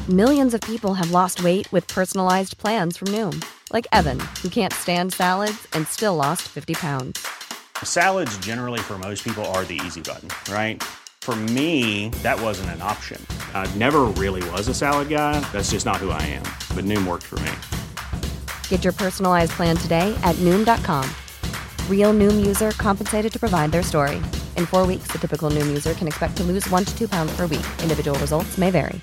Millions of people have lost weight with personalized plans from Noom. Like Evan, who can't stand salads and still lost 50 pounds. Salads generally for most people are the easy button, right? For me, that wasn't an option. I never really was a salad guy. That's just not who I am. But Noom worked for me. Get your personalized plan today at Noom.com. Real Noom user compensated to provide their story. In 4 weeks, the typical Noom user can expect to lose 1 to 2 pounds per week. Individual results may vary.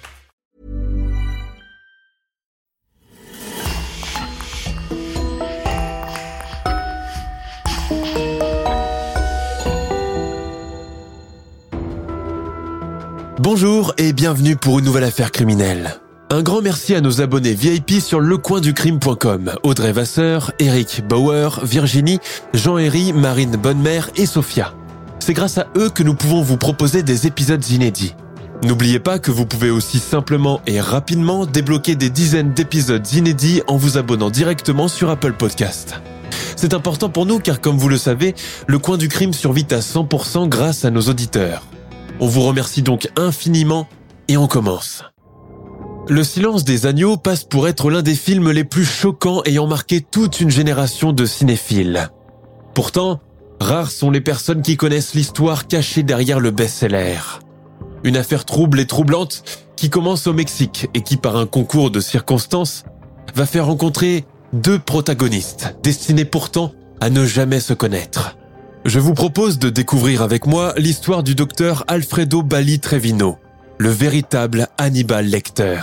Bonjour et bienvenue pour une nouvelle affaire criminelle. Un grand merci à nos abonnés VIP sur lecoinducrime.com, Audrey Vasseur, Eric Bauer, Virginie, Jean-Héry, Marine Bonnemère et Sophia. C'est grâce à eux que nous pouvons vous proposer des épisodes inédits. N'oubliez pas que vous pouvez aussi simplement et rapidement débloquer des dizaines d'épisodes inédits en vous abonnant directement sur Apple Podcast. C'est important pour nous car comme vous le savez, le Coin du Crime survit à 100% grâce à nos auditeurs. On vous remercie donc infiniment et on commence. Le Silence des agneaux passe pour être l'un des films les plus choquants ayant marqué toute une génération de cinéphiles. Pourtant, rares sont les personnes qui connaissent l'histoire cachée derrière le best-seller. Une affaire trouble et troublante qui commence au Mexique et qui, par un concours de circonstances, va faire rencontrer deux protagonistes destinés pourtant à ne jamais se connaître. Je vous propose de découvrir avec moi l'histoire du docteur Alfredo Bali Trevino, le véritable Hannibal Lecter.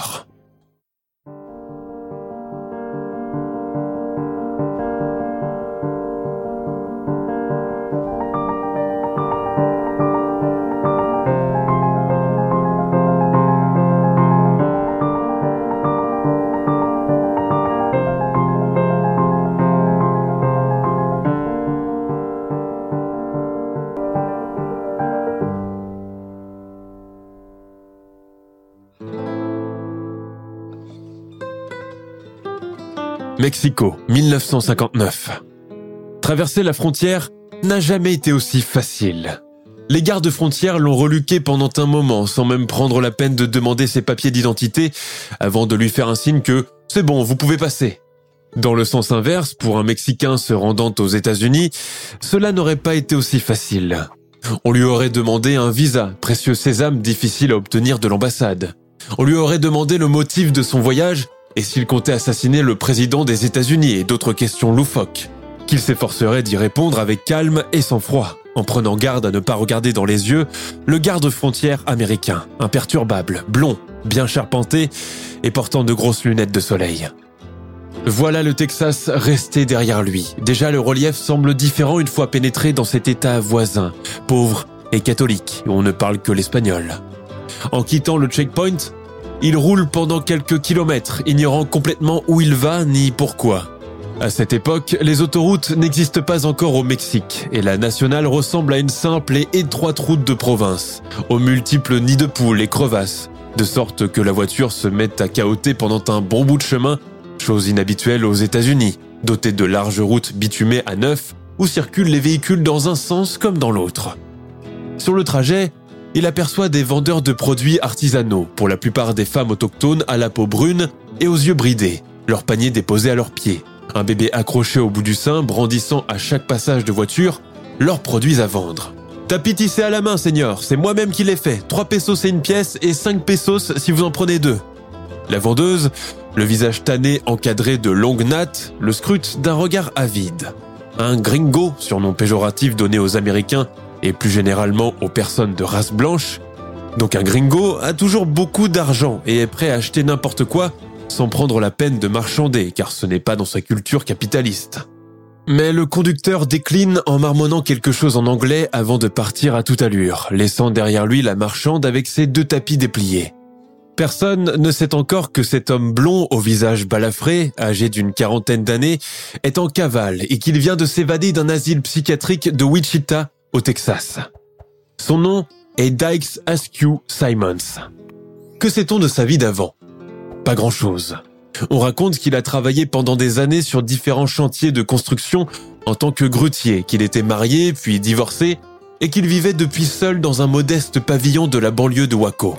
Mexico, 1959. Traverser la frontière n'a jamais été aussi facile. Les gardes frontières l'ont reluqué pendant un moment sans même prendre la peine de demander ses papiers d'identité avant de lui faire un signe que « c'est bon, vous pouvez passer ». Dans le sens inverse, pour un Mexicain se rendant aux États-Unis, cela n'aurait pas été aussi facile. On lui aurait demandé un visa, précieux sésame difficile à obtenir de l'ambassade. On lui aurait demandé le motif de son voyage et s'il comptait assassiner le président des États-Unis et d'autres questions loufoques, qu'il s'efforcerait d'y répondre avec calme et sang-froid, en prenant garde à ne pas regarder dans les yeux le garde-frontière américain, imperturbable, blond, bien charpenté et portant de grosses lunettes de soleil. Voilà le Texas resté derrière lui. Déjà le relief semble différent une fois pénétré dans cet état voisin, pauvre et catholique, où on ne parle que l'espagnol. En quittant le checkpoint, il roule pendant quelques kilomètres, ignorant complètement où il va ni pourquoi. À cette époque, les autoroutes n'existent pas encore au Mexique et la nationale ressemble à une simple et étroite route de province, aux multiples nids de poules et crevasses, de sorte que la voiture se met à cahoter pendant un bon bout de chemin, chose inhabituelle aux États-Unis, dotée de larges routes bitumées à neuf où circulent les véhicules dans un sens comme dans l'autre. Sur le trajet, il aperçoit des vendeurs de produits artisanaux, pour la plupart des femmes autochtones à la peau brune et aux yeux bridés, leurs paniers déposés à leurs pieds, un bébé accroché au bout du sein brandissant à chaque passage de voiture leurs produits à vendre. « Tapis tissé à la main, Seigneur, c'est moi-même qui l'ai fait. 3 pesos c'est une pièce et 5 pesos si vous en prenez 2. » La vendeuse, le visage tanné encadré de longues nattes, le scrute d'un regard avide. Un gringo, surnom péjoratif donné aux Américains, et plus généralement aux personnes de race blanche, donc un gringo a toujours beaucoup d'argent et est prêt à acheter n'importe quoi sans prendre la peine de marchander, car ce n'est pas dans sa culture capitaliste. Mais le conducteur décline en marmonnant quelque chose en anglais avant de partir à toute allure, laissant derrière lui la marchande avec ses 2 tapis dépliés. Personne ne sait encore que cet homme blond au visage balafré, âgé d'une 40aine d'années, est en cavale et qu'il vient de s'évader d'un asile psychiatrique de Wichita, au Texas. Son nom est Dykes Askew Simons. Que sait-on de sa vie d'avant ? Pas grand-chose. On raconte qu'il a travaillé pendant des années sur différents chantiers de construction en tant que grutier, qu'il était marié puis divorcé et qu'il vivait depuis seul dans un modeste pavillon de la banlieue de Waco.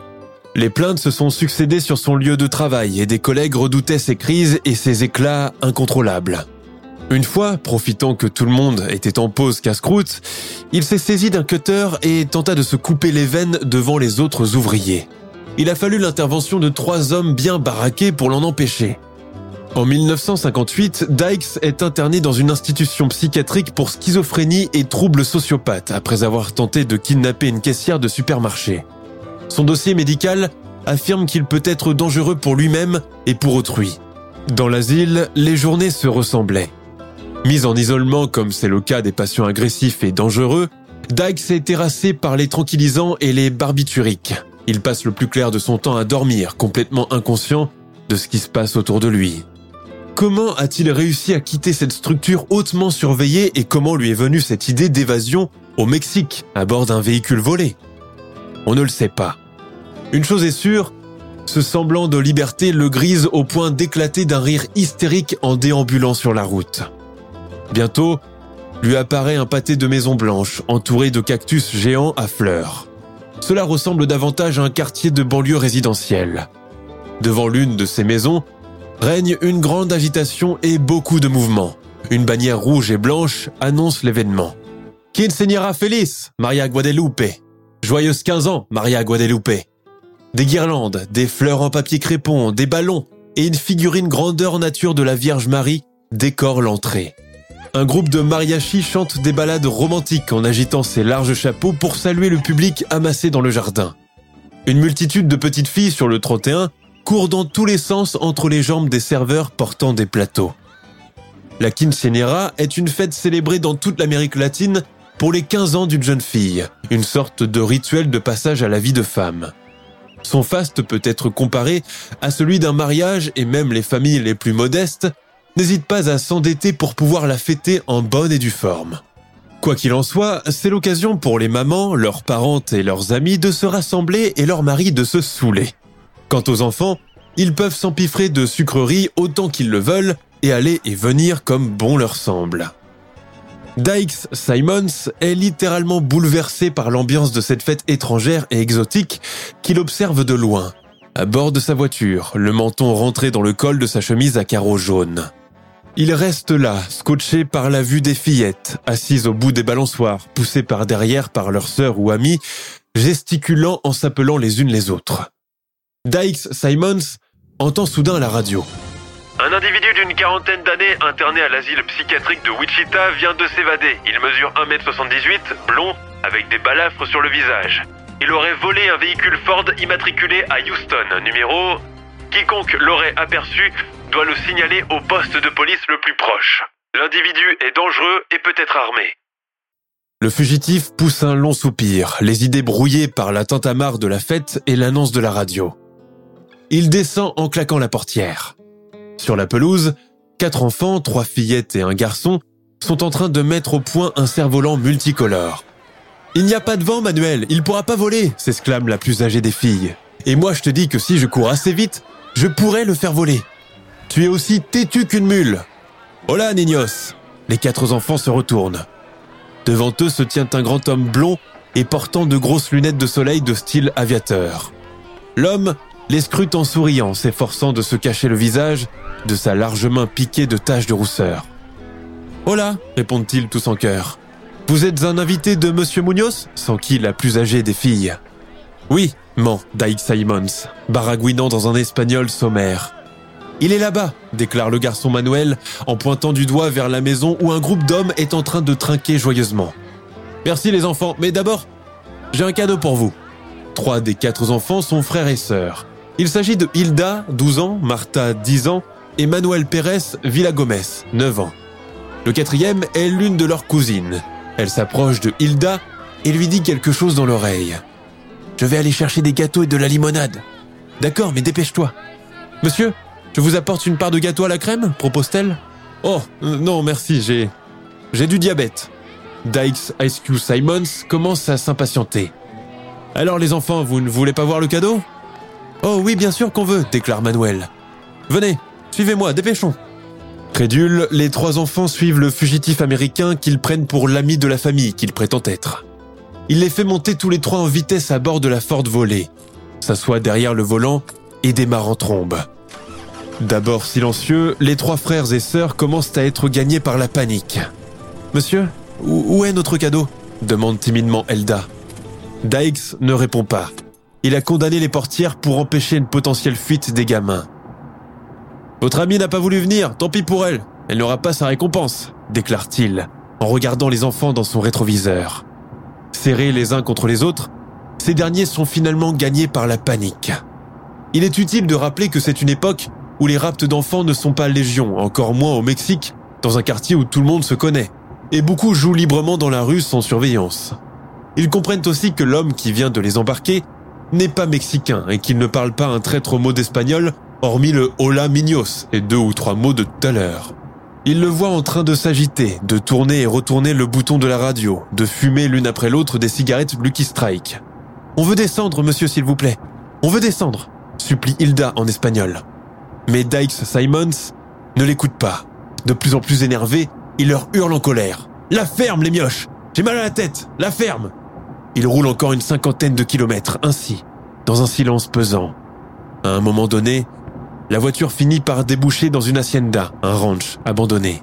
Les plaintes se sont succédées sur son lieu de travail et des collègues redoutaient ses crises et ses éclats incontrôlables. Une fois, profitant que tout le monde était en pause casse-croûte, il s'est saisi d'un cutter et tenta de se couper les veines devant les autres ouvriers. Il a fallu l'intervention de 3 hommes bien baraqués pour l'en empêcher. En 1958, Dykes est interné dans une institution psychiatrique pour schizophrénie et troubles sociopathes après avoir tenté de kidnapper une caissière de supermarché. Son dossier médical affirme qu'il peut être dangereux pour lui-même et pour autrui. Dans l'asile, les journées se ressemblaient. Mis en isolement comme c'est le cas des patients agressifs et dangereux, Dykes est terrassé par les tranquillisants et les barbituriques. Il passe le plus clair de son temps à dormir, complètement inconscient de ce qui se passe autour de lui. Comment a-t-il réussi à quitter cette structure hautement surveillée et comment lui est venue cette idée d'évasion au Mexique, à bord d'un véhicule volé ? On ne le sait pas. Une chose est sûre, ce semblant de liberté le grise au point d'éclater d'un rire hystérique en déambulant sur la route. Bientôt, lui apparaît un pâté de maisons blanches entouré de cactus géants à fleurs. Cela ressemble davantage à un quartier de banlieue résidentielle. Devant l'une de ces maisons, règne une grande agitation et beaucoup de mouvements. Une bannière rouge et blanche annonce l'événement. Quinceañera feliz, Maria Guadalupe. Joyeuse 15 ans, Maria Guadalupe. Des guirlandes, des fleurs en papier crépon, des ballons et une figurine grandeur nature de la Vierge Marie décorent l'entrée. Un groupe de mariachis chante des ballades romantiques en agitant ses larges chapeaux pour saluer le public amassé dans le jardin. Une multitude de petites filles sur le trottoir court dans tous les sens entre les jambes des serveurs portant des plateaux. La quinceañera est une fête célébrée dans toute l'Amérique latine pour les 15 ans d'une jeune fille, une sorte de rituel de passage à la vie de femme. Son faste peut être comparé à celui d'un mariage et même les familles les plus modestes n'hésitent pas à s'endetter pour pouvoir la fêter en bonne et due forme. Quoi qu'il en soit, c'est l'occasion pour les mamans, leurs parentes et leurs amis de se rassembler et leurs maris de se saouler. Quant aux enfants, ils peuvent s'empiffrer de sucreries autant qu'ils le veulent et aller et venir comme bon leur semble. Dykes Simons est littéralement bouleversé par l'ambiance de cette fête étrangère et exotique qu'il observe de loin, à bord de sa voiture, le menton rentré dans le col de sa chemise à carreaux jaunes. Il reste là, scotché par la vue des fillettes, assises au bout des balançoires, poussées par derrière par leurs sœurs ou amies, gesticulant en s'appelant les unes les autres. Dykes Simons entend soudain à la radio. Un individu d'une 40aine d'années interné à l'asile psychiatrique de Wichita vient de s'évader. Il mesure 1m78, blond, avec des balafres sur le visage. Il aurait volé un véhicule Ford immatriculé à Houston, numéro... Quiconque l'aurait aperçu doit le signaler au poste de police le plus proche. L'individu est dangereux et peut être armé. Le fugitif pousse un long soupir, les idées brouillées par la tintamarre de la fête et l'annonce de la radio. Il descend en claquant la portière. Sur la pelouse, 4 enfants, 3 fillettes et un garçon sont en train de mettre au point un cerf-volant multicolore. « Il n'y a pas de vent, Manuel, il pourra pas voler !» s'exclame la plus âgée des filles. « Et moi je te dis que si je cours assez vite, je pourrais le faire voler. Tu es aussi têtu qu'une mule. »« Hola, niños !» Les 4 enfants se retournent. Devant eux se tient un grand homme blond et portant de grosses lunettes de soleil de style aviateur. L'homme les scrute en souriant, s'efforçant de se cacher le visage de sa large main piquée de taches de rousseur. « Hola !» répondent-ils tous en chœur. « Vous êtes un invité de Monsieur Munoz ?» s'enquille la plus âgée des filles. « Oui !» ment Dykes Simons, baragouinant dans un espagnol sommaire. « Il est là-bas !» déclare le garçon Manuel en pointant du doigt vers la maison où un groupe d'hommes est en train de trinquer joyeusement. « Merci les enfants, mais d'abord, j'ai un cadeau pour vous. » 3 des 4 enfants sont frères et sœurs. Il s'agit de Hilda, 12 ans, Martha, 10 ans, et Manuel Pérez Villagomez, 9 ans. Le 4e est l'une de leurs cousines. Elle s'approche de Hilda et lui dit quelque chose dans l'oreille. « Je vais aller chercher des gâteaux et de la limonade. »« D'accord, mais dépêche-toi. »« Monsieur, je vous apporte une part de gâteau à la crème ?» propose-t-elle. « Oh, non, merci, j'ai du diabète. » Dykes Ice Cube Simons commence à s'impatienter. « Alors les enfants, vous ne voulez pas voir le cadeau ?»« Oh oui, bien sûr qu'on veut, » déclare Manuel. « Venez, suivez-moi, dépêchons. » Crédules, les 3 enfants suivent le fugitif américain qu'ils prennent pour l'ami de la famille qu'il prétend être. Il les fait monter tous les 3 en vitesse à bord de la Ford volée. s'assoit derrière le volant et démarre en trombe. D'abord silencieux, les 3 frères et sœurs commencent à être gagnés par la panique. « Monsieur, où est notre cadeau ?» demande timidement Elda. Dykes ne répond pas. Il a condamné les portières pour empêcher une potentielle fuite des gamins. « Votre amie n'a pas voulu venir, tant pis pour elle. Elle n'aura pas sa récompense, » déclare-t-il, en regardant les enfants dans son rétroviseur. Serrés les uns contre les autres, ces derniers sont finalement gagnés par la panique. Il est utile de rappeler que c'est une époque où les rapts d'enfants ne sont pas légion, encore moins au Mexique, dans un quartier où tout le monde se connaît, et beaucoup jouent librement dans la rue sans surveillance. Ils comprennent aussi que l'homme qui vient de les embarquer n'est pas mexicain et qu'il ne parle pas un traître mot d'espagnol, hormis le « hola niños » et 2 ou 3 mots de tout à l'heure. Ils le voient en train de s'agiter, de tourner et retourner le bouton de la radio, de fumer l'une après l'autre des cigarettes Lucky Strike. « On veut descendre, monsieur, s'il vous plaît. On veut descendre », supplie Hilda en espagnol. Mais Dykes Simons ne l'écoute pas. De plus en plus énervé, il leur hurle en colère. « La ferme, les mioches! J'ai mal à la tête! La ferme !» Il roule encore une 50aine de kilomètres, ainsi, dans un silence pesant. À un moment donné, la voiture finit par déboucher dans une hacienda, un ranch abandonné.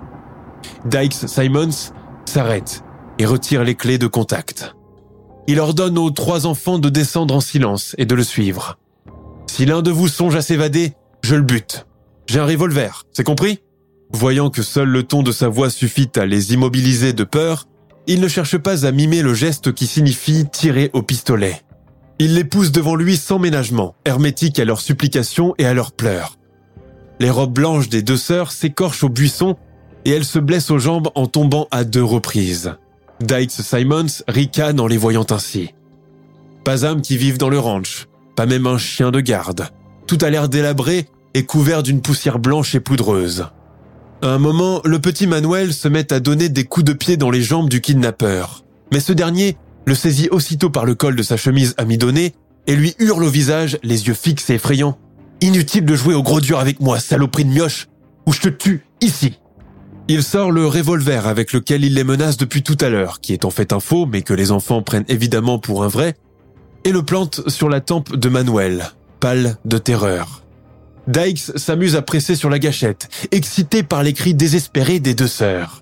Dykes Simons s'arrête et retire les clés de contact. Il ordonne aux 3 enfants de descendre en silence et de le suivre. « Si l'un de vous songe à s'évader, je le bute. J'ai un revolver, c'est compris ?» Voyant que seul le ton de sa voix suffit à les immobiliser de peur, il ne cherche pas à mimer le geste qui signifie tirer au pistolet. Il les pousse devant lui sans ménagement, hermétique à leurs supplications et à leurs pleurs. Les robes blanches des 2 sœurs s'écorchent au buisson et elles se blessent aux jambes en tombant à 2 reprises. Dykes Simons ricane en les voyant ainsi. Pas âme qui vive dans le ranch, pas même un chien de garde. Tout a l'air délabré et couvert d'une poussière blanche et poudreuse. À un moment, le petit Manuel se met à donner des coups de pied dans les jambes du kidnappeur. Mais ce dernier le saisit aussitôt par le col de sa chemise amidonnée et lui hurle au visage, les yeux fixes et effrayants. « Inutile de jouer au gros dur avec moi, saloperie de mioche, ou je te tue, ici !» Il sort le revolver avec lequel il les menace depuis tout à l'heure, qui est en fait un faux, mais que les enfants prennent évidemment pour un vrai, et le plante sur la tempe de Manuel, pâle de terreur. Dykes s'amuse à presser sur la gâchette, excité par les cris désespérés des 2 sœurs.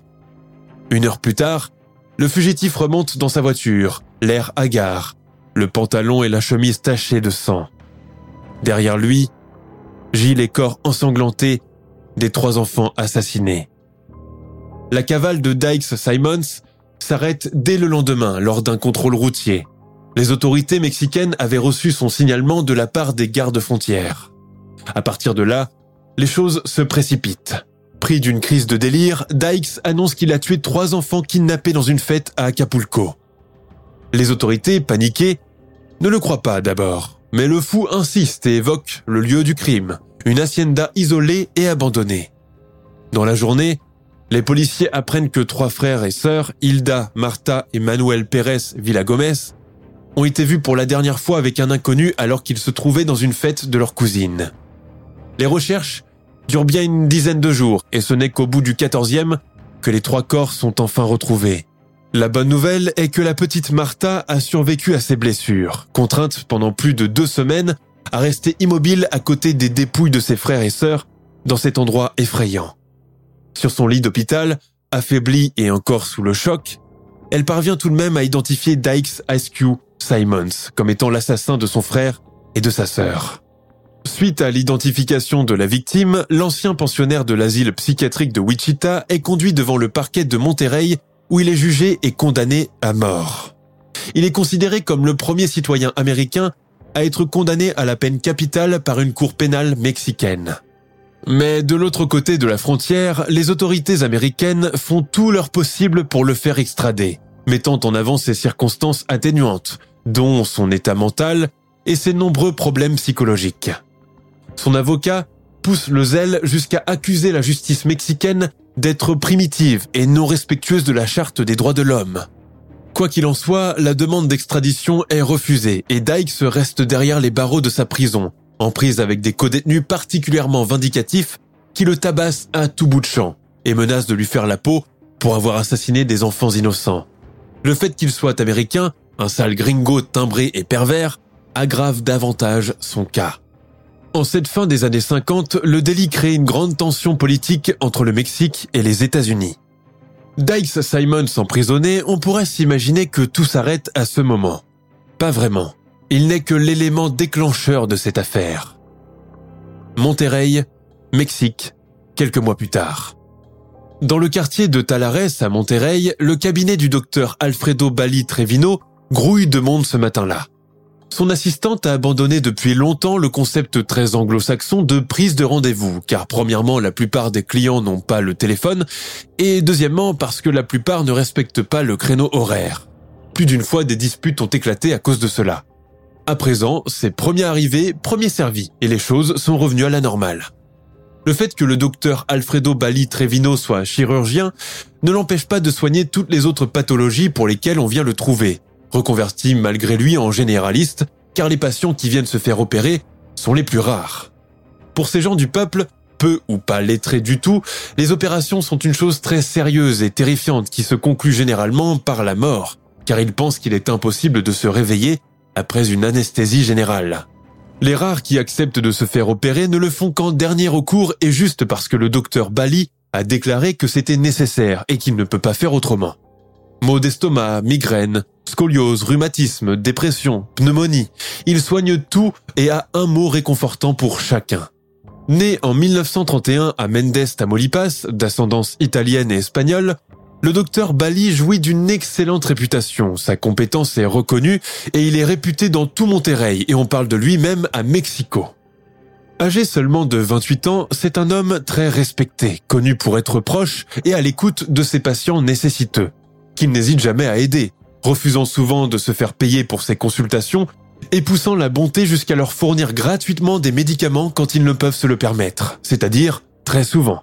1 heure plus tard, le fugitif remonte dans sa voiture, l'air hagard, le pantalon et la chemise tachés de sang. Derrière lui, gît les corps ensanglantés des 3 enfants assassinés. La cavale de Dykes Simons s'arrête dès le lendemain lors d'un contrôle routier. Les autorités mexicaines avaient reçu son signalement de la part des gardes-frontières. À partir de là, les choses se précipitent. Pris d'une crise de délire, Dykes annonce qu'il a tué 3 enfants kidnappés dans une fête à Acapulco. Les autorités, paniquées, ne le croient pas d'abord, mais le fou insiste et évoque le lieu du crime, une hacienda isolée et abandonnée. Dans la journée, les policiers apprennent que 3 frères et sœurs, Hilda, Marta et Manuel Pérez Villagomez, ont été vus pour la dernière fois avec un inconnu alors qu'ils se trouvaient dans une fête de leur cousine. Les recherches durent bien une dizaine de jours et ce n'est qu'au bout du 14e que les 3 corps sont enfin retrouvés. La bonne nouvelle est que la petite Marta a survécu à ses blessures, contrainte pendant plus de 2 semaines à rester immobile à côté des dépouilles de ses frères et sœurs dans cet endroit effrayant. Sur son lit d'hôpital, affaiblie et encore sous le choc, elle parvient tout de même à identifier Dykes Ice Simons comme étant l'assassin de son frère et de sa sœur. Suite à l'identification de la victime, l'ancien pensionnaire de l'asile psychiatrique de Wichita est conduit devant le parquet de Monterrey où il est jugé et condamné à mort. Il est considéré comme le premier citoyen américain à être condamné à la peine capitale par une cour pénale mexicaine. Mais de l'autre côté de la frontière, les autorités américaines font tout leur possible pour le faire extrader, mettant en avant ses circonstances atténuantes, dont son état mental et ses nombreux problèmes psychologiques. Son avocat pousse le zèle jusqu'à accuser la justice mexicaine d'être primitive et non respectueuse de la Charte des droits de l'homme. Quoi qu'il en soit, la demande d'extradition est refusée et Dykes reste derrière les barreaux de sa prison, en prise avec des codétenus particulièrement vindicatifs qui le tabassent à tout bout de champ et menacent de lui faire la peau pour avoir assassiné des enfants innocents. Le fait qu'il soit américain, un sale gringo timbré et pervers, aggrave davantage son cas. En cette fin des années 50, le délit crée une grande tension politique entre le Mexique et les États-Unis. Dykes Simons emprisonné, on pourrait s'imaginer que tout s'arrête à ce moment. Pas vraiment. Il n'est que l'élément déclencheur de cette affaire. Monterrey, Mexique, quelques mois plus tard. Dans le quartier de Talares à Monterrey, le cabinet du docteur Alfredo Bali Trevino grouille de monde ce matin-là. Son assistante a abandonné depuis longtemps le concept très anglo-saxon de prise de rendez-vous, car premièrement, la plupart des clients n'ont pas le téléphone, et deuxièmement, parce que la plupart ne respectent pas le créneau horaire. Plus d'une fois, des disputes ont éclaté à cause de cela. À présent, c'est premier arrivé, premier servi, et les choses sont revenues à la normale. Le fait que le docteur Alfredo Bali Trevino soit chirurgien ne l'empêche pas de soigner toutes les autres pathologies pour lesquelles on vient le trouver, reconverti malgré lui en généraliste, car les patients qui viennent se faire opérer sont les plus rares. Pour ces gens du peuple, peu ou pas lettrés du tout, les opérations sont une chose très sérieuse et terrifiante qui se conclut généralement par la mort, car ils pensent qu'il est impossible de se réveiller après une anesthésie générale. Les rares qui acceptent de se faire opérer ne le font qu'en dernier recours et juste parce que le docteur Bali a déclaré que c'était nécessaire et qu'il ne peut pas faire autrement. Maux d'estomac, migraine, scoliose, rhumatisme, dépression, pneumonie, il soigne tout et a un mot réconfortant pour chacun. Né en 1931 à Mendes, Tamaulipas, d'ascendance italienne et espagnole, le docteur Bali jouit d'une excellente réputation, sa compétence est reconnue et il est réputé dans tout Monterrey et on parle de lui même à Mexico. Âgé seulement de 28 ans, c'est un homme très respecté, connu pour être proche et à l'écoute de ses patients nécessiteux, qu'il n'hésite jamais à aider, refusant souvent de se faire payer pour ses consultations et poussant la bonté jusqu'à leur fournir gratuitement des médicaments quand ils ne peuvent se le permettre, c'est-à-dire très souvent.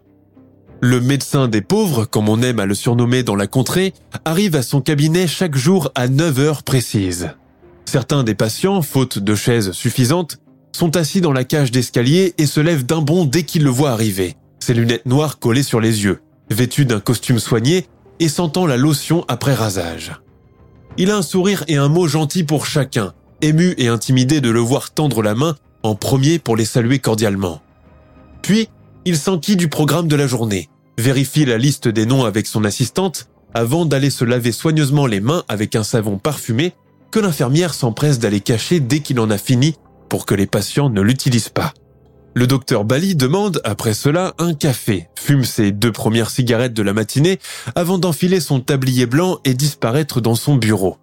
Le médecin des pauvres, comme on aime à le surnommer dans la contrée, arrive à son cabinet chaque jour à 9 heures précises. Certains des patients, faute de chaises suffisantes, sont assis dans la cage d'escalier et se lèvent d'un bond dès qu'ils le voient arriver, ses lunettes noires collées sur les yeux, vêtu d'un costume soigné et sentant la lotion après rasage. Il a un sourire et un mot gentil pour chacun, ému et intimidé de le voir tendre la main en premier pour les saluer cordialement. Puis, il s'enquit du programme de la journée, vérifie la liste des noms avec son assistante avant d'aller se laver soigneusement les mains avec un savon parfumé que l'infirmière s'empresse d'aller cacher dès qu'il en a fini pour que les patients ne l'utilisent pas. Le docteur Bali demande, après cela, un café, fume ses 2 premières cigarettes de la matinée avant d'enfiler son tablier blanc et disparaître dans son bureau.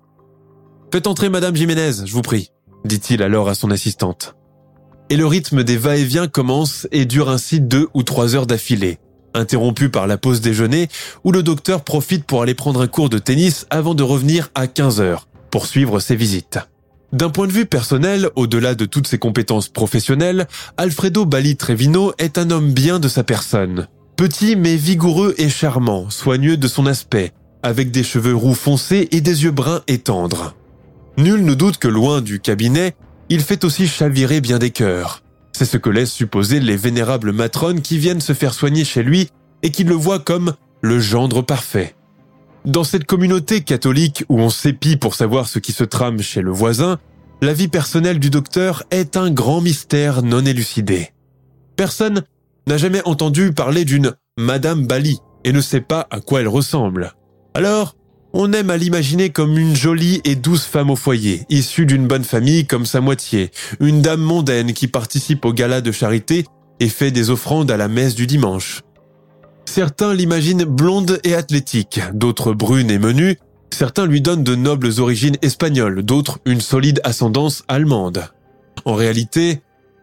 « Faites entrer Madame Jiménez, je vous prie », dit-il alors à son assistante. Et le rythme des va-et-vient commence et dure ainsi 2 ou 3 heures d'affilée, interrompu par la pause déjeuner où le docteur profite pour aller prendre un cours de tennis avant de revenir à 15 heures pour suivre ses visites. D'un point de vue personnel, au-delà de toutes ses compétences professionnelles, Alfredo Bali Trevino est un homme bien de sa personne. Petit mais vigoureux et charmant, soigneux de son aspect, avec des cheveux roux foncés et des yeux bruns et tendres. Nul ne doute que loin du cabinet, il fait aussi chavirer bien des cœurs. C'est ce que laissent supposer les vénérables matrones qui viennent se faire soigner chez lui et qui le voient comme le gendre parfait. Dans cette communauté catholique où on s'épie pour savoir ce qui se trame chez le voisin, la vie personnelle du docteur est un grand mystère non élucidé. Personne n'a jamais entendu parler d'une Madame Bali et ne sait pas à quoi elle ressemble. Alors, on aime à l'imaginer comme une jolie et douce femme au foyer, issue d'une bonne famille comme sa moitié, une dame mondaine qui participe au gala de charité et fait des offrandes à la messe du dimanche. Certains l'imaginent blonde et athlétique, d'autres brune et menue, certains lui donnent de nobles origines espagnoles, d'autres une solide ascendance allemande. En réalité,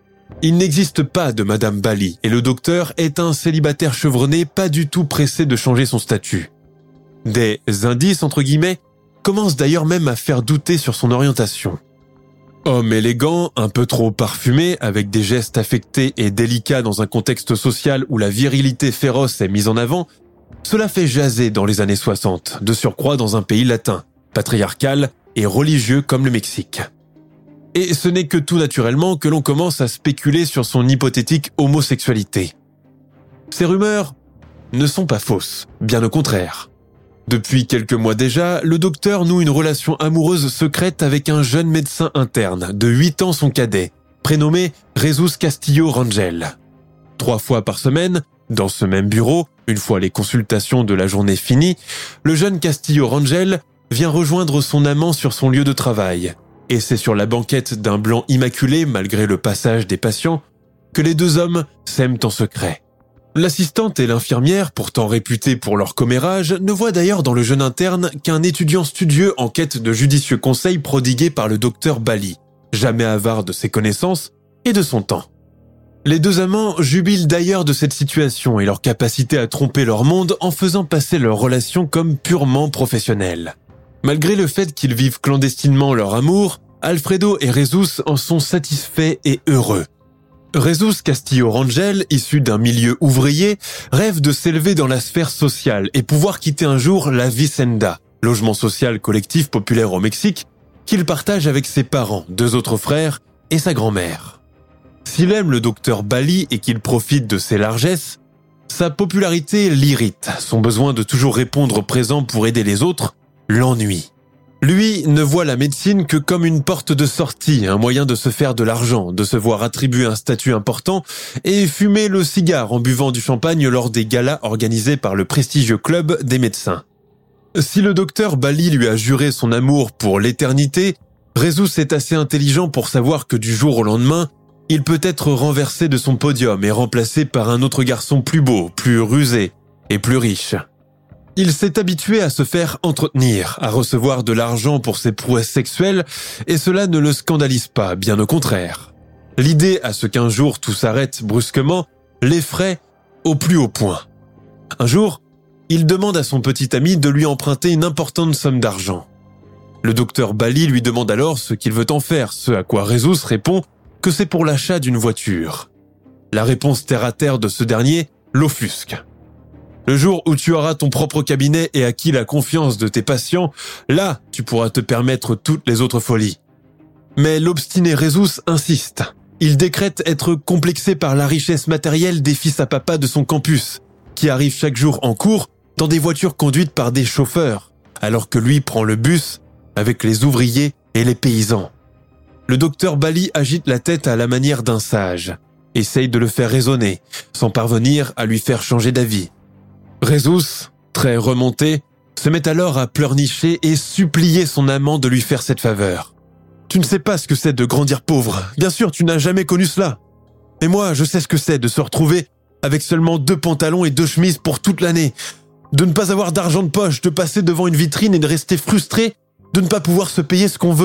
il n'existe pas de Madame Bali et le docteur est un célibataire chevronné pas du tout pressé de changer son statut. Des indices, entre guillemets, commencent d'ailleurs même à faire douter sur son orientation. Homme élégant, un peu trop parfumé, avec des gestes affectés et délicats dans un contexte social où la virilité féroce est mise en avant, cela fait jaser dans les années 60, de surcroît dans un pays latin, patriarcal et religieux comme le Mexique. Et ce n'est que tout naturellement que l'on commence à spéculer sur son hypothétique homosexualité. Ces rumeurs ne sont pas fausses, bien au contraire. Depuis quelques mois déjà, le docteur noue une relation amoureuse secrète avec un jeune médecin interne, de 8 ans son cadet, prénommé Jesus Castillo Rangel. 3 fois par semaine, dans ce même bureau, une fois les consultations de la journée finies, le jeune Castillo Rangel vient rejoindre son amant sur son lieu de travail. Et c'est sur la banquette d'un blanc immaculé, malgré le passage des patients, que les deux hommes s'aiment en secret. L'assistante et l'infirmière, pourtant réputées pour leur commérage, ne voient d'ailleurs dans le jeune interne qu'un étudiant studieux en quête de judicieux conseils prodigués par le docteur Bali, jamais avare de ses connaissances et de son temps. Les deux amants jubilent d'ailleurs de cette situation et leur capacité à tromper leur monde en faisant passer leur relation comme purement professionnelle. Malgré le fait qu'ils vivent clandestinement leur amour, Alfredo et Jesus en sont satisfaits et heureux. Jesus Castillo Rangel, issu d'un milieu ouvrier, rêve de s'élever dans la sphère sociale et pouvoir quitter un jour la Vicenda, logement social collectif populaire au Mexique, qu'il partage avec ses parents, 2 autres frères et sa grand-mère. S'il aime le docteur Bali et qu'il profite de ses largesses, sa popularité l'irrite, son besoin de toujours répondre présent pour aider les autres l'ennuie. Lui ne voit la médecine que comme une porte de sortie, un moyen de se faire de l'argent, de se voir attribuer un statut important et fumer le cigare en buvant du champagne lors des galas organisés par le prestigieux club des médecins. Si le docteur Bali lui a juré son amour pour l'éternité, Jesus est assez intelligent pour savoir que du jour au lendemain, il peut être renversé de son podium et remplacé par un autre garçon plus beau, plus rusé et plus riche. Il s'est habitué à se faire entretenir, à recevoir de l'argent pour ses prouesses sexuelles, et cela ne le scandalise pas, bien au contraire. L'idée à ce qu'un jour tout s'arrête brusquement l'effraie au plus haut point. Un jour, il demande à son petit ami de lui emprunter une importante somme d'argent. Le docteur Bali lui demande alors ce qu'il veut en faire, ce à quoi Jesus répond que c'est pour l'achat d'une voiture. La réponse terre-à-terre de ce dernier l'offusque. Le jour où tu auras ton propre cabinet et acquis la confiance de tes patients, là, tu pourras te permettre toutes les autres folies. Mais l'obstiné Jesus insiste. Il décrète être complexé par la richesse matérielle des fils à papa de son campus, qui arrivent chaque jour en cours dans des voitures conduites par des chauffeurs, alors que lui prend le bus avec les ouvriers et les paysans. Le docteur Bali agite la tête à la manière d'un sage, essaye de le faire raisonner, sans parvenir à lui faire changer d'avis. Jesus, très remonté, se met alors à pleurnicher et supplier son amant de lui faire cette faveur. « Tu ne sais pas ce que c'est de grandir pauvre. Bien sûr, tu n'as jamais connu cela. Mais moi, je sais ce que c'est de se retrouver avec seulement 2 pantalons et 2 chemises pour toute l'année, de ne pas avoir d'argent de poche, de passer devant une vitrine et de rester frustré de ne pas pouvoir se payer ce qu'on veut. »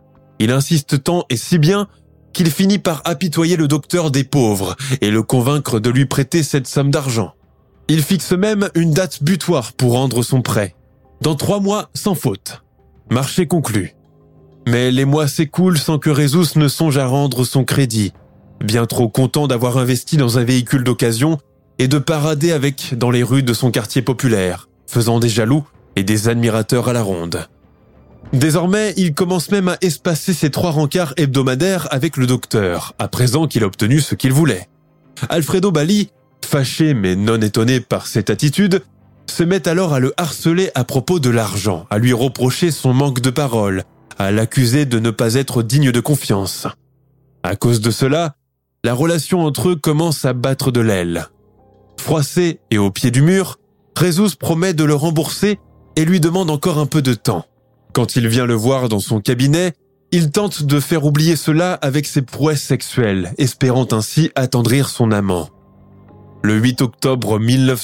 Il insiste tant et si bien qu'il finit par apitoyer le docteur des pauvres et le convaincre de lui prêter cette somme d'argent. Il fixe même une date butoir pour rendre son prêt. Dans 3 mois, sans faute. Marché conclu. Mais les mois s'écoulent sans que Jesus ne songe à rendre son crédit, bien trop content d'avoir investi dans un véhicule d'occasion et de parader avec dans les rues de son quartier populaire, faisant des jaloux et des admirateurs à la ronde. Désormais, il commence même à espacer ses 3 rencarts hebdomadaires avec le docteur, à présent qu'il a obtenu ce qu'il voulait. Alfredo Bali, fâché mais non étonné par cette attitude, se met alors à le harceler à propos de l'argent, à lui reprocher son manque de parole, à l'accuser de ne pas être digne de confiance. À cause de cela, la relation entre eux commence à battre de l'aile. Froissé et au pied du mur, Jesus promet de le rembourser et lui demande encore un peu de temps. Quand il vient le voir dans son cabinet, il tente de faire oublier cela avec ses prouesses sexuelles, espérant ainsi attendrir son amant. Le 8 octobre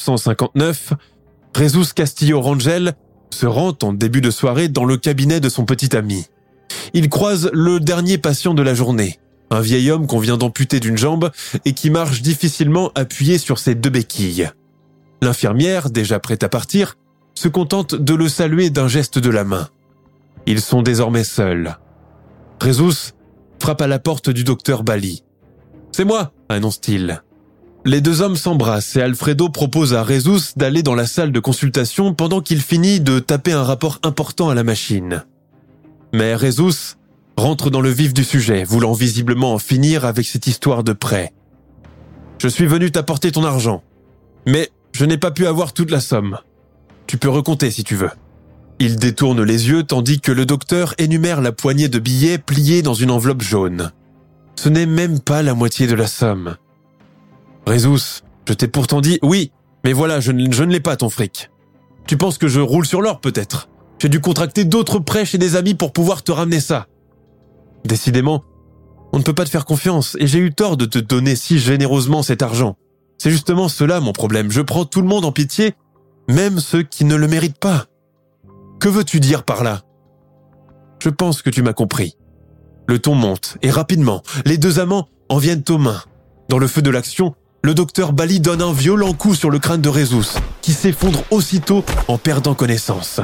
1959, Jesus Castillo Rangel se rend en début de soirée dans le cabinet de son petit ami. Il croise le dernier patient de la journée, un vieil homme qu'on vient d'amputer d'une jambe et qui marche difficilement appuyé sur ses 2 béquilles. L'infirmière, déjà prête à partir, se contente de le saluer d'un geste de la main. Ils sont désormais seuls. Jesus frappe à la porte du docteur Bali. « C'est moi !» annonce-t-il. Les 2 hommes s'embrassent et Alfredo propose à Jesus d'aller dans la salle de consultation pendant qu'il finit de taper un rapport important à la machine. Mais Jesus rentre dans le vif du sujet, voulant visiblement en finir avec cette histoire de prêt. « Je suis venu t'apporter ton argent, mais je n'ai pas pu avoir toute la somme. tu peux recompter si tu veux. Il détourne les yeux tandis que le docteur énumère la poignée de billets pliés dans une enveloppe jaune. Ce n'est même pas la moitié de la somme. Résus, je t'ai pourtant dit oui, mais voilà, je ne l'ai pas ton fric. Tu penses que je roule sur l'or peut-être ? J'ai dû contracter d'autres prêts chez des amis pour pouvoir te ramener ça. Décidément, on ne peut pas te faire confiance et j'ai eu tort de te donner si généreusement cet argent. C'est justement cela mon problème, je prends tout le monde en pitié, même ceux qui ne le méritent pas. Que veux-tu dire par là ? Je pense que tu m'as compris. Le ton monte et rapidement, les deux amants en viennent aux mains. Dans le feu de l'action, le docteur Bally donne un violent coup sur le crâne de Résus, qui s'effondre aussitôt en perdant connaissance.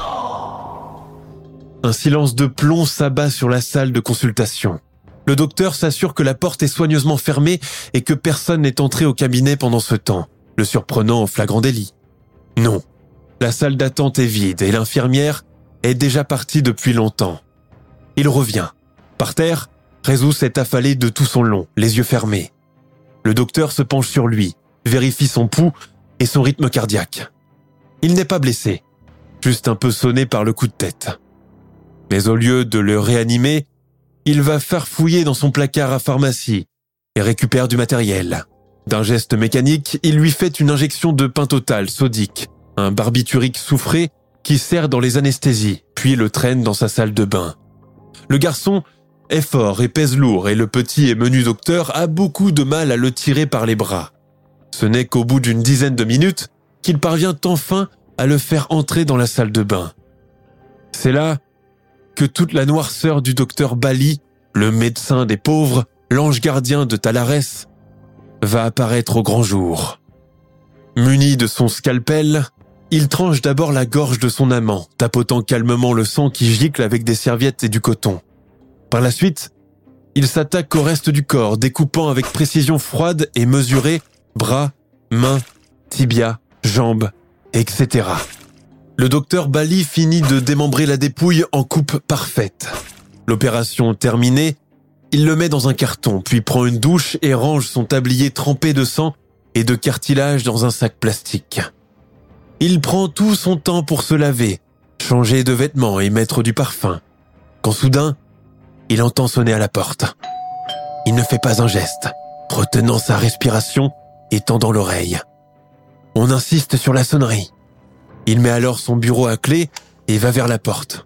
Un silence de plomb s'abat sur la salle de consultation. Le docteur s'assure que la porte est soigneusement fermée et que personne n'est entré au cabinet pendant ce temps, le surprenant en flagrant délit. Non, la salle d'attente est vide et l'infirmière est déjà partie depuis longtemps. Il revient. Par terre, Résus est affalé de tout son long, les yeux fermés. Le docteur se penche sur lui, vérifie son pouls et son rythme cardiaque. Il n'est pas blessé, juste un peu sonné par le coup de tête. Mais au lieu de le réanimer, il va farfouiller dans son placard à pharmacie et récupère du matériel. D'un geste mécanique, il lui fait une injection de pentotal sodique, un barbiturique soufré qui sert dans les anesthésies, puis le traîne dans sa salle de bain. Le garçon est fort et pèse lourd et le petit et menu docteur a beaucoup de mal à le tirer par les bras. Ce n'est qu'au bout d'une dizaine de minutes qu'il parvient enfin à le faire entrer dans la salle de bain. C'est là que toute la noirceur du docteur Bally, le médecin des pauvres, l'ange gardien de Talares, va apparaître au grand jour. Muni de son scalpel, il tranche d'abord la gorge de son amant, tapotant calmement le sang qui gicle avec des serviettes et du coton. Par la suite, il s'attaque au reste du corps, découpant avec précision froide et mesurée bras, mains, tibias, jambes, etc. Le docteur Bally finit de démembrer la dépouille en coupe parfaite. L'opération terminée, il le met dans un carton, puis prend une douche et range son tablier trempé de sang et de cartilage dans un sac plastique. Il prend tout son temps pour se laver, changer de vêtements et mettre du parfum. Quand soudain, il entend sonner à la porte. Il ne fait pas un geste, retenant sa respiration et tendant l'oreille. On insiste sur la sonnerie. Il met alors son bureau à clé et va vers la porte.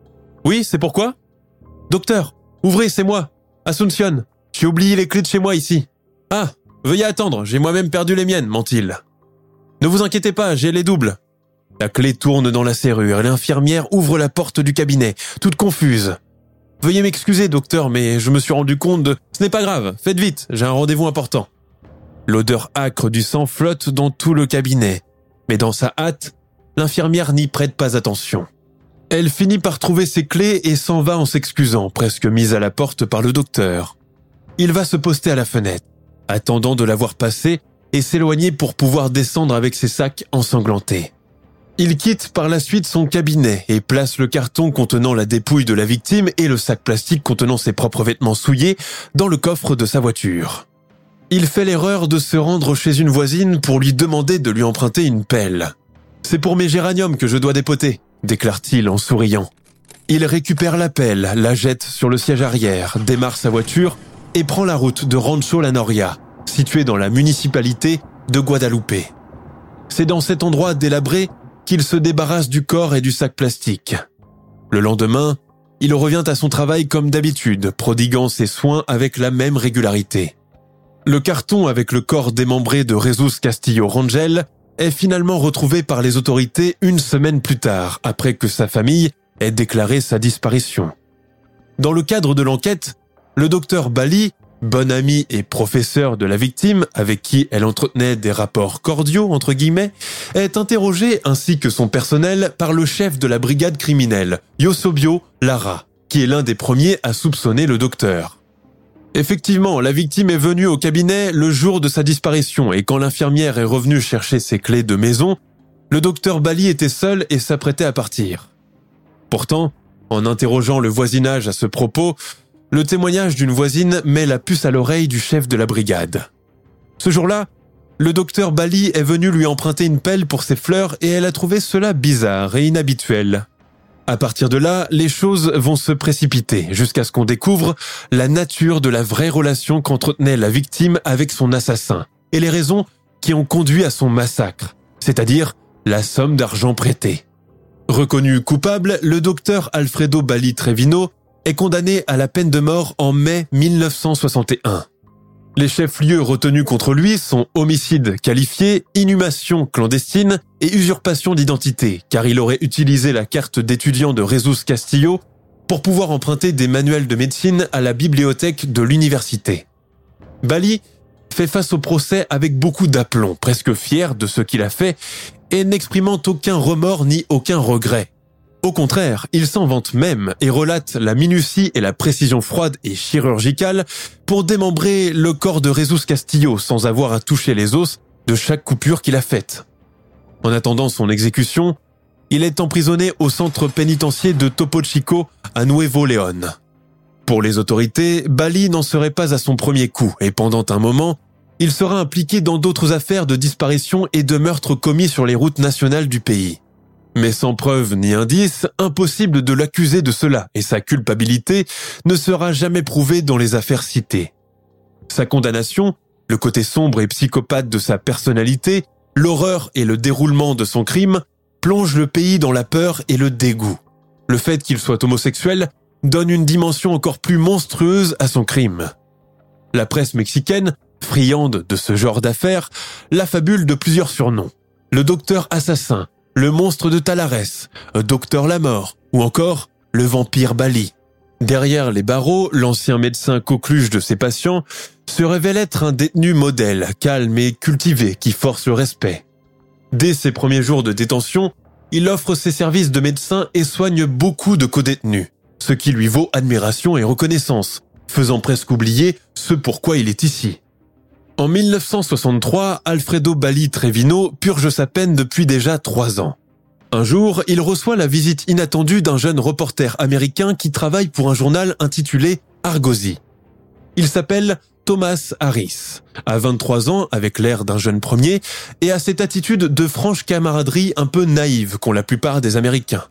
« Oui, c'est pourquoi ? Docteur, ouvrez, c'est moi. Asuncion, j'ai oublié les clés de chez moi ici. Ah, veuillez attendre, j'ai moi-même perdu les miennes, ment-il. Ne vous inquiétez pas, j'ai les doubles. » La clé tourne dans la serrure et l'infirmière ouvre la porte du cabinet, toute confuse. « Veuillez m'excuser, docteur, mais je me suis rendu compte de... Ce n'est pas grave, faites vite, j'ai un rendez-vous important. » L'odeur âcre du sang flotte dans tout le cabinet, mais dans sa hâte, l'infirmière n'y prête pas attention. Elle finit par trouver ses clés et s'en va en s'excusant, presque mise à la porte par le docteur. Il va se poster à la fenêtre, attendant de la voir passer et s'éloigner pour pouvoir descendre avec ses sacs ensanglantés. Il quitte par la suite son cabinet et place le carton contenant la dépouille de la victime et le sac plastique contenant ses propres vêtements souillés dans le coffre de sa voiture. Il fait l'erreur de se rendre chez une voisine pour lui demander de lui emprunter une pelle. « C'est pour mes géraniums que je dois dépoter », déclare-t-il en souriant. Il récupère la pelle, la jette sur le siège arrière, démarre sa voiture et prend la route de Rancho La Noria, située dans la municipalité de Guadalupe. C'est dans cet endroit délabré qu'il se débarrasse du corps et du sac plastique. Le lendemain, il revient à son travail comme d'habitude, prodiguant ses soins avec la même régularité. Le carton avec le corps démembré de Résus Castillo Rangel est finalement retrouvé par les autorités une semaine plus tard, après que sa famille ait déclaré sa disparition. Dans le cadre de l'enquête, le docteur Bally, bon ami et professeur de la victime, avec qui elle entretenait des rapports cordiaux, entre guillemets, est interrogé ainsi que son personnel par le chef de la brigade criminelle, Eusebio Lara, qui est l'un des premiers à soupçonner le docteur. Effectivement, la victime est venue au cabinet le jour de sa disparition et quand l'infirmière est revenue chercher ses clés de maison, le docteur Bally était seul et s'apprêtait à partir. Pourtant, en interrogeant le voisinage à ce propos, le témoignage d'une voisine met la puce à l'oreille du chef de la brigade. Ce jour-là, le docteur Bali est venu lui emprunter une pelle pour ses fleurs et elle a trouvé cela bizarre et inhabituel. À partir de là, les choses vont se précipiter jusqu'à ce qu'on découvre la nature de la vraie relation qu'entretenait la victime avec son assassin et les raisons qui ont conduit à son massacre, c'est-à-dire la somme d'argent prêtée. Reconnu coupable, le docteur Alfredo Bali Trevino est condamné à la peine de mort en mai 1961. Les chefs-lieux retenus contre lui sont homicide qualifié, inhumation clandestine et usurpation d'identité, car il aurait utilisé la carte d'étudiant de Jesus Castillo pour pouvoir emprunter des manuels de médecine à la bibliothèque de l'université. Bali fait face au procès avec beaucoup d'aplomb, presque fier de ce qu'il a fait et n'exprimant aucun remords ni aucun regret. Au contraire, il s'en vante même et relate la minutie et la précision froide et chirurgicale pour démembrer le corps de Jesus Castillo sans avoir à toucher les os de chaque coupure qu'il a faite. En attendant son exécution, il est emprisonné au centre pénitentiaire de Topo Chico à Nuevo León. Pour les autorités, Bali n'en serait pas à son premier coup et pendant un moment, il sera impliqué dans d'autres affaires de disparition et de meurtres commis sur les routes nationales du pays. Mais sans preuve ni indice, impossible de l'accuser de cela et sa culpabilité ne sera jamais prouvée dans les affaires citées. Sa condamnation, le côté sombre et psychopathe de sa personnalité, l'horreur et le déroulement de son crime plongent le pays dans la peur et le dégoût. Le fait qu'il soit homosexuel donne une dimension encore plus monstrueuse à son crime. La presse mexicaine, friande de ce genre d'affaires, l'affabule de plusieurs surnoms. Le docteur assassin, le monstre de Talares, Docteur la mort, ou encore le vampire Bali. Derrière les barreaux, l'ancien médecin coqueluche de ses patients se révèle être un détenu modèle, calme et cultivé qui force le respect. Dès ses premiers jours de détention, il offre ses services de médecin et soigne beaucoup de codétenus, ce qui lui vaut admiration et reconnaissance, faisant presque oublier ce pourquoi il est ici. En 1963, Alfredo Bali Trevino purge sa peine depuis déjà 3 ans. Un jour, il reçoit la visite inattendue d'un jeune reporter américain qui travaille pour un journal intitulé Argosy. Il s'appelle Thomas Harris, a 23 ans avec l'air d'un jeune premier et a cette attitude de franche camaraderie un peu naïve qu'ont la plupart des Américains.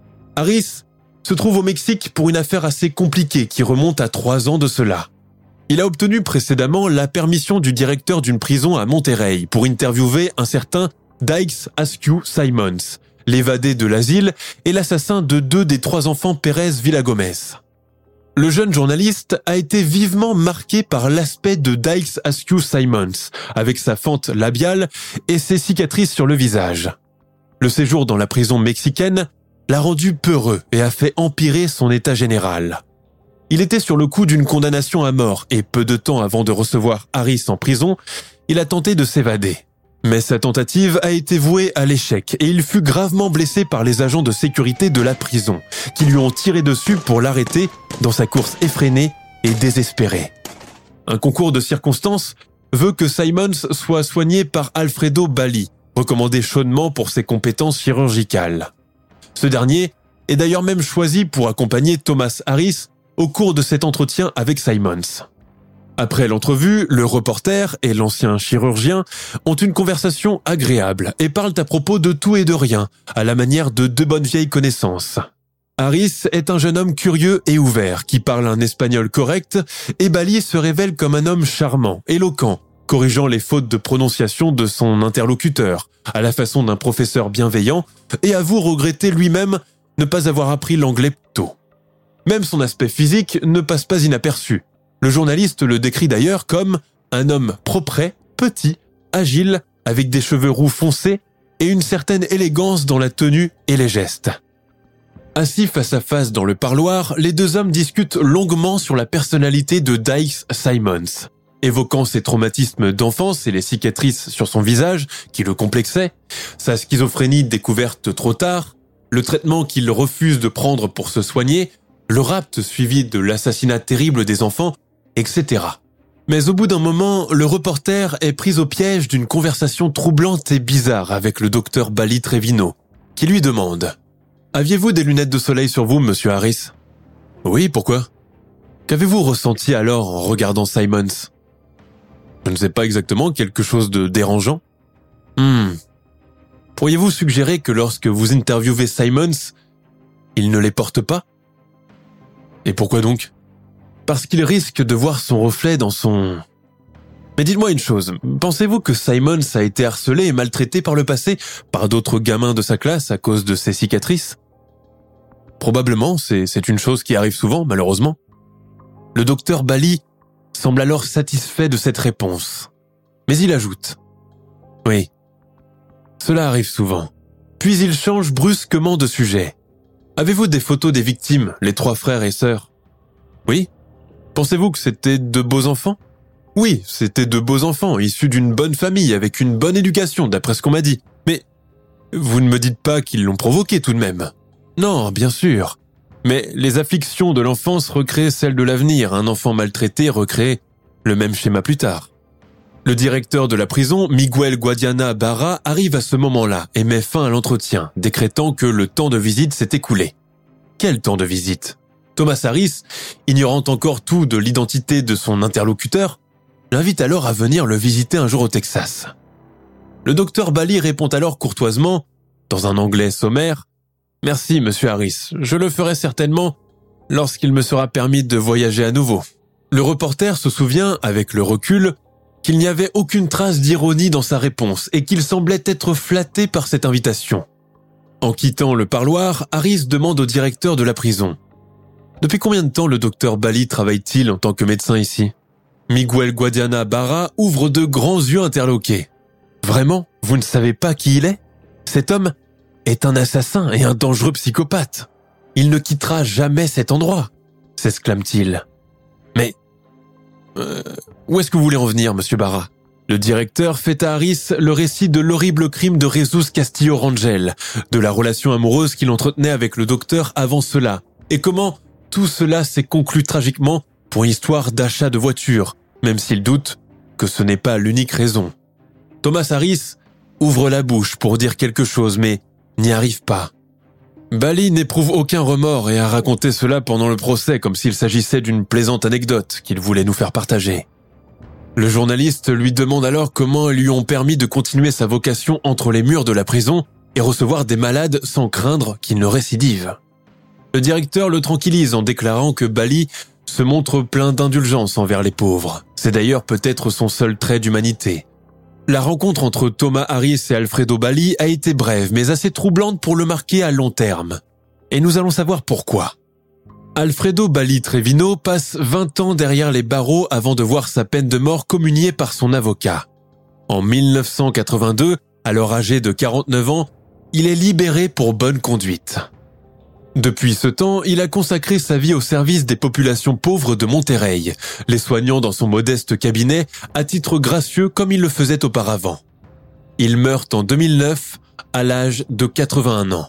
Harris se trouve au Mexique pour une affaire assez compliquée qui remonte à 3 ans de cela. Il a obtenu précédemment la permission du directeur d'une prison à Monterrey pour interviewer un certain Dykes Askew Simons, l'évadé de l'asile et l'assassin de 2 des 3 enfants Pérez Villagomez. Le jeune journaliste a été vivement marqué par l'aspect de Dykes Askew Simons, avec sa fente labiale et ses cicatrices sur le visage. Le séjour dans la prison mexicaine l'a rendu peureux et a fait empirer son état général. Il était sur le coup d'une condamnation à mort et peu de temps avant de recevoir Harris en prison, il a tenté de s'évader. Mais sa tentative a été vouée à l'échec et il fut gravement blessé par les agents de sécurité de la prison, qui lui ont tiré dessus pour l'arrêter dans sa course effrénée et désespérée. Un concours de circonstances veut que Simons soit soigné par Alfredo Bali, recommandé chaudement pour ses compétences chirurgicales. Ce dernier est d'ailleurs même choisi pour accompagner Thomas Harris au cours de cet entretien avec Simons. Après l'entrevue, le reporter et l'ancien chirurgien ont une conversation agréable et parlent à propos de tout et de rien, à la manière de 2 bonnes vieilles connaissances. Harris est un jeune homme curieux et ouvert qui parle un espagnol correct et Bali se révèle comme un homme charmant, éloquent, corrigeant les fautes de prononciation de son interlocuteur, à la façon d'un professeur bienveillant et avoue regretter lui-même ne pas avoir appris l'anglais plus tôt. Même son aspect physique ne passe pas inaperçu. Le journaliste le décrit d'ailleurs comme un homme propre, petit, agile, avec des cheveux roux foncés et une certaine élégance dans la tenue et les gestes. Assis face à face dans le parloir, les 2 hommes discutent longuement sur la personnalité de Dykes Simons, évoquant ses traumatismes d'enfance et les cicatrices sur son visage qui le complexaient, sa schizophrénie découverte trop tard, le traitement qu'il refuse de prendre pour se soigner, le rapt suivi de l'assassinat terrible des enfants, etc. Mais au bout d'un moment, le reporter est pris au piège d'une conversation troublante et bizarre avec le docteur Bali Trevino, qui lui demande « Aviez-vous des lunettes de soleil sur vous, monsieur Harris ?»« Oui, pourquoi ?»« Qu'avez-vous ressenti alors en regardant Simons ?»« Je ne sais pas exactement, quelque chose de dérangeant. Pourriez-vous suggérer que lorsque vous interviewez Simons, il ne les porte pas? Et pourquoi donc? Parce qu'il risque de voir son reflet dans son... Mais dites-moi une chose, pensez-vous que Simons a été harcelé et maltraité par le passé par d'autres gamins de sa classe à cause de ses cicatrices? Probablement, c'est une chose qui arrive souvent, malheureusement. Le docteur Bally semble alors satisfait de cette réponse. Mais il ajoute: oui, cela arrive souvent. Puis il change brusquement de sujet. Avez-vous des photos des victimes, les 3 frères et sœurs? Oui. Pensez-vous que c'était de beaux enfants? Oui, c'était de beaux enfants, issus d'une bonne famille, avec une bonne éducation, d'après ce qu'on m'a dit. Mais vous ne me dites pas qu'ils l'ont provoqué tout de même. Non, bien sûr. Mais les afflictions de l'enfance recréent celles de l'avenir. Un enfant maltraité recrée le même schéma plus tard. Le directeur de la prison, Miguel Guadiana Barra, arrive à ce moment-là et met fin à l'entretien, décrétant que le temps de visite s'est écoulé. Quel temps de visite? Thomas Harris, ignorant encore tout de l'identité de son interlocuteur, l'invite alors à venir le visiter un jour au Texas. Le docteur Bally répond alors courtoisement, dans un anglais sommaire: « Merci, monsieur Harris, je le ferai certainement lorsqu'il me sera permis de voyager à nouveau. » Le reporter se souvient, avec le recul, qu'il n'y avait aucune trace d'ironie dans sa réponse et qu'il semblait être flatté par cette invitation. En quittant le parloir, Harris demande au directeur de la prison: « Depuis combien de temps le docteur Bally travaille-t-il en tant que médecin ici ?» Miguel Guadiana Barra ouvre de grands yeux interloqués. « Vraiment, vous ne savez pas qui il est? Cet homme est un assassin et un dangereux psychopathe. Il ne quittera jamais cet endroit !» s'exclame-t-il. « Mais où est-ce que vous voulez en venir, monsieur Barra ?» Le directeur fait à Harris le récit de l'horrible crime de Jesus Castillo Rangel, de la relation amoureuse qu'il entretenait avec le docteur avant cela, et comment tout cela s'est conclu tragiquement pour une histoire d'achat de voiture, même s'il doute que ce n'est pas l'unique raison. Thomas Harris ouvre la bouche pour dire quelque chose, mais n'y arrive pas. Bally n'éprouve aucun remords et a raconté cela pendant le procès comme s'il s'agissait d'une plaisante anecdote qu'il voulait nous faire partager. Le journaliste lui demande alors comment ils lui ont permis de continuer sa vocation entre les murs de la prison et recevoir des malades sans craindre qu'il ne récidive. Le directeur le tranquillise en déclarant que Bally se montre plein d'indulgence envers les pauvres. C'est d'ailleurs peut-être son seul trait d'humanité. La rencontre entre Thomas Harris et Alfredo Bally a été brève, mais assez troublante pour le marquer à long terme. Et nous allons savoir pourquoi. Alfredo Bally Trevino passe 20 ans derrière les barreaux avant de voir sa peine de mort communiée par son avocat. En 1982, alors âgé de 49 ans, il est libéré pour bonne conduite. Depuis ce temps, il a consacré sa vie au service des populations pauvres de Monterrey, les soignant dans son modeste cabinet à titre gracieux comme il le faisait auparavant. Il meurt en 2009 à l'âge de 81 ans.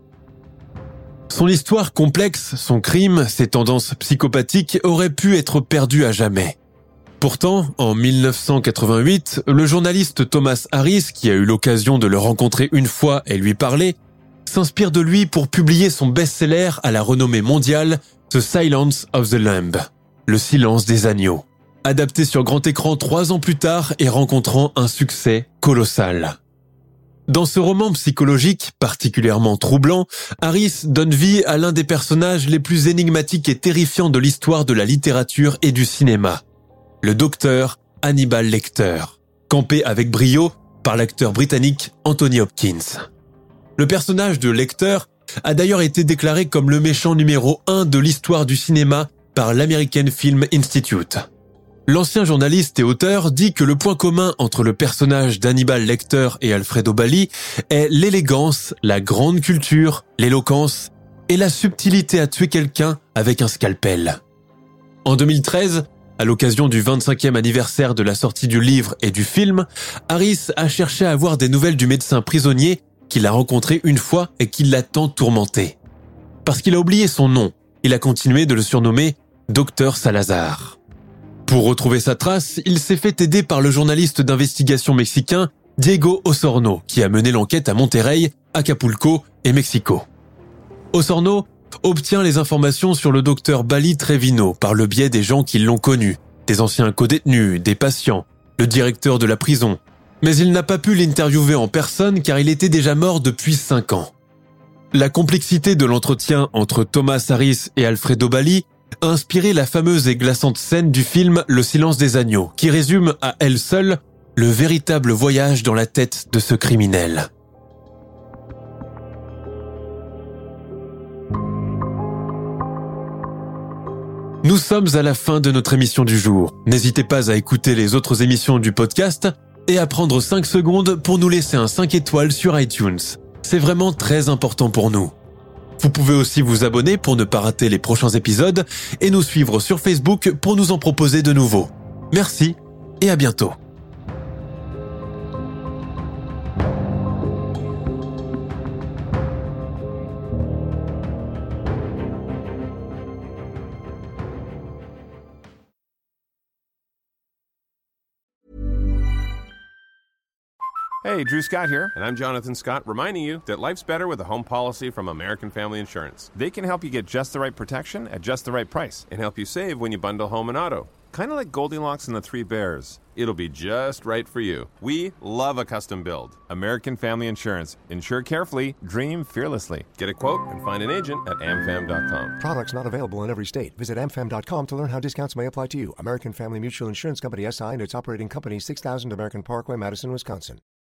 Son histoire complexe, son crime, ses tendances psychopathiques auraient pu être perdues à jamais. Pourtant, en 1988, le journaliste Thomas Harris, qui a eu l'occasion de le rencontrer une fois et lui parler, s'inspire de lui pour publier son best-seller à la renommée mondiale The Silence of the Lamb, Le silence des agneaux, adapté sur grand écran 3 ans plus tard et rencontrant un succès colossal. Dans ce roman psychologique particulièrement troublant, Harris donne vie à l'un des personnages les plus énigmatiques et terrifiants de l'histoire de la littérature et du cinéma, le docteur Hannibal Lecter, campé avec brio par l'acteur britannique Anthony Hopkins. Le personnage de Lecter a d'ailleurs été déclaré comme le méchant numéro 1 de l'histoire du cinéma par l'American Film Institute. L'ancien journaliste et auteur dit que le point commun entre le personnage d'Hannibal Lecter et Alfredo Bally est l'élégance, la grande culture, l'éloquence et la subtilité à tuer quelqu'un avec un scalpel. En 2013, à l'occasion du 25e anniversaire de la sortie du livre et du film, Harris a cherché à avoir des nouvelles du médecin prisonnier qu'il a rencontré une fois et qui l'a tant tourmenté. Parce qu'il a oublié son nom, il a continué de le surnommer Dr Salazar. Pour retrouver sa trace, il s'est fait aider par le journaliste d'investigation mexicain Diego Osorno, qui a mené l'enquête à Monterrey, Acapulco et Mexico. Osorno obtient les informations sur le docteur Bally Trevino par le biais des gens qui l'ont connu, des anciens codétenus, des patients, le directeur de la prison. Mais il n'a pas pu l'interviewer en personne car il était déjà mort depuis 5 ans. La complexité de l'entretien entre Thomas Harris et Alfredo Bali a inspiré la fameuse et glaçante scène du film Le silence des agneaux, qui résume à elle seule le véritable voyage dans la tête de ce criminel. Nous sommes à la fin de notre émission du jour. N'hésitez pas à écouter les autres émissions du podcast et à prendre 5 secondes pour nous laisser un 5 étoiles sur iTunes. C'est vraiment très important pour nous. Vous pouvez aussi vous abonner pour ne pas rater les prochains épisodes et nous suivre sur Facebook pour nous en proposer de nouveaux. Merci et à bientôt. Hey, Drew Scott here, and I'm Jonathan Scott, reminding you that life's better with a home policy from American Family Insurance. They can help you get just the right protection at just the right price and help you save when you bundle home and auto. Kind of like Goldilocks and the Three Bears. It'll be just right for you. We love a custom build. American Family Insurance. Insure carefully, dream fearlessly. Get a quote and find an agent at amfam.com. Products not available in every state. Visit amfam.com to learn how discounts may apply to you. American Family Mutual Insurance Company, SI, and its operating company, 6000 American Parkway, Madison, Wisconsin.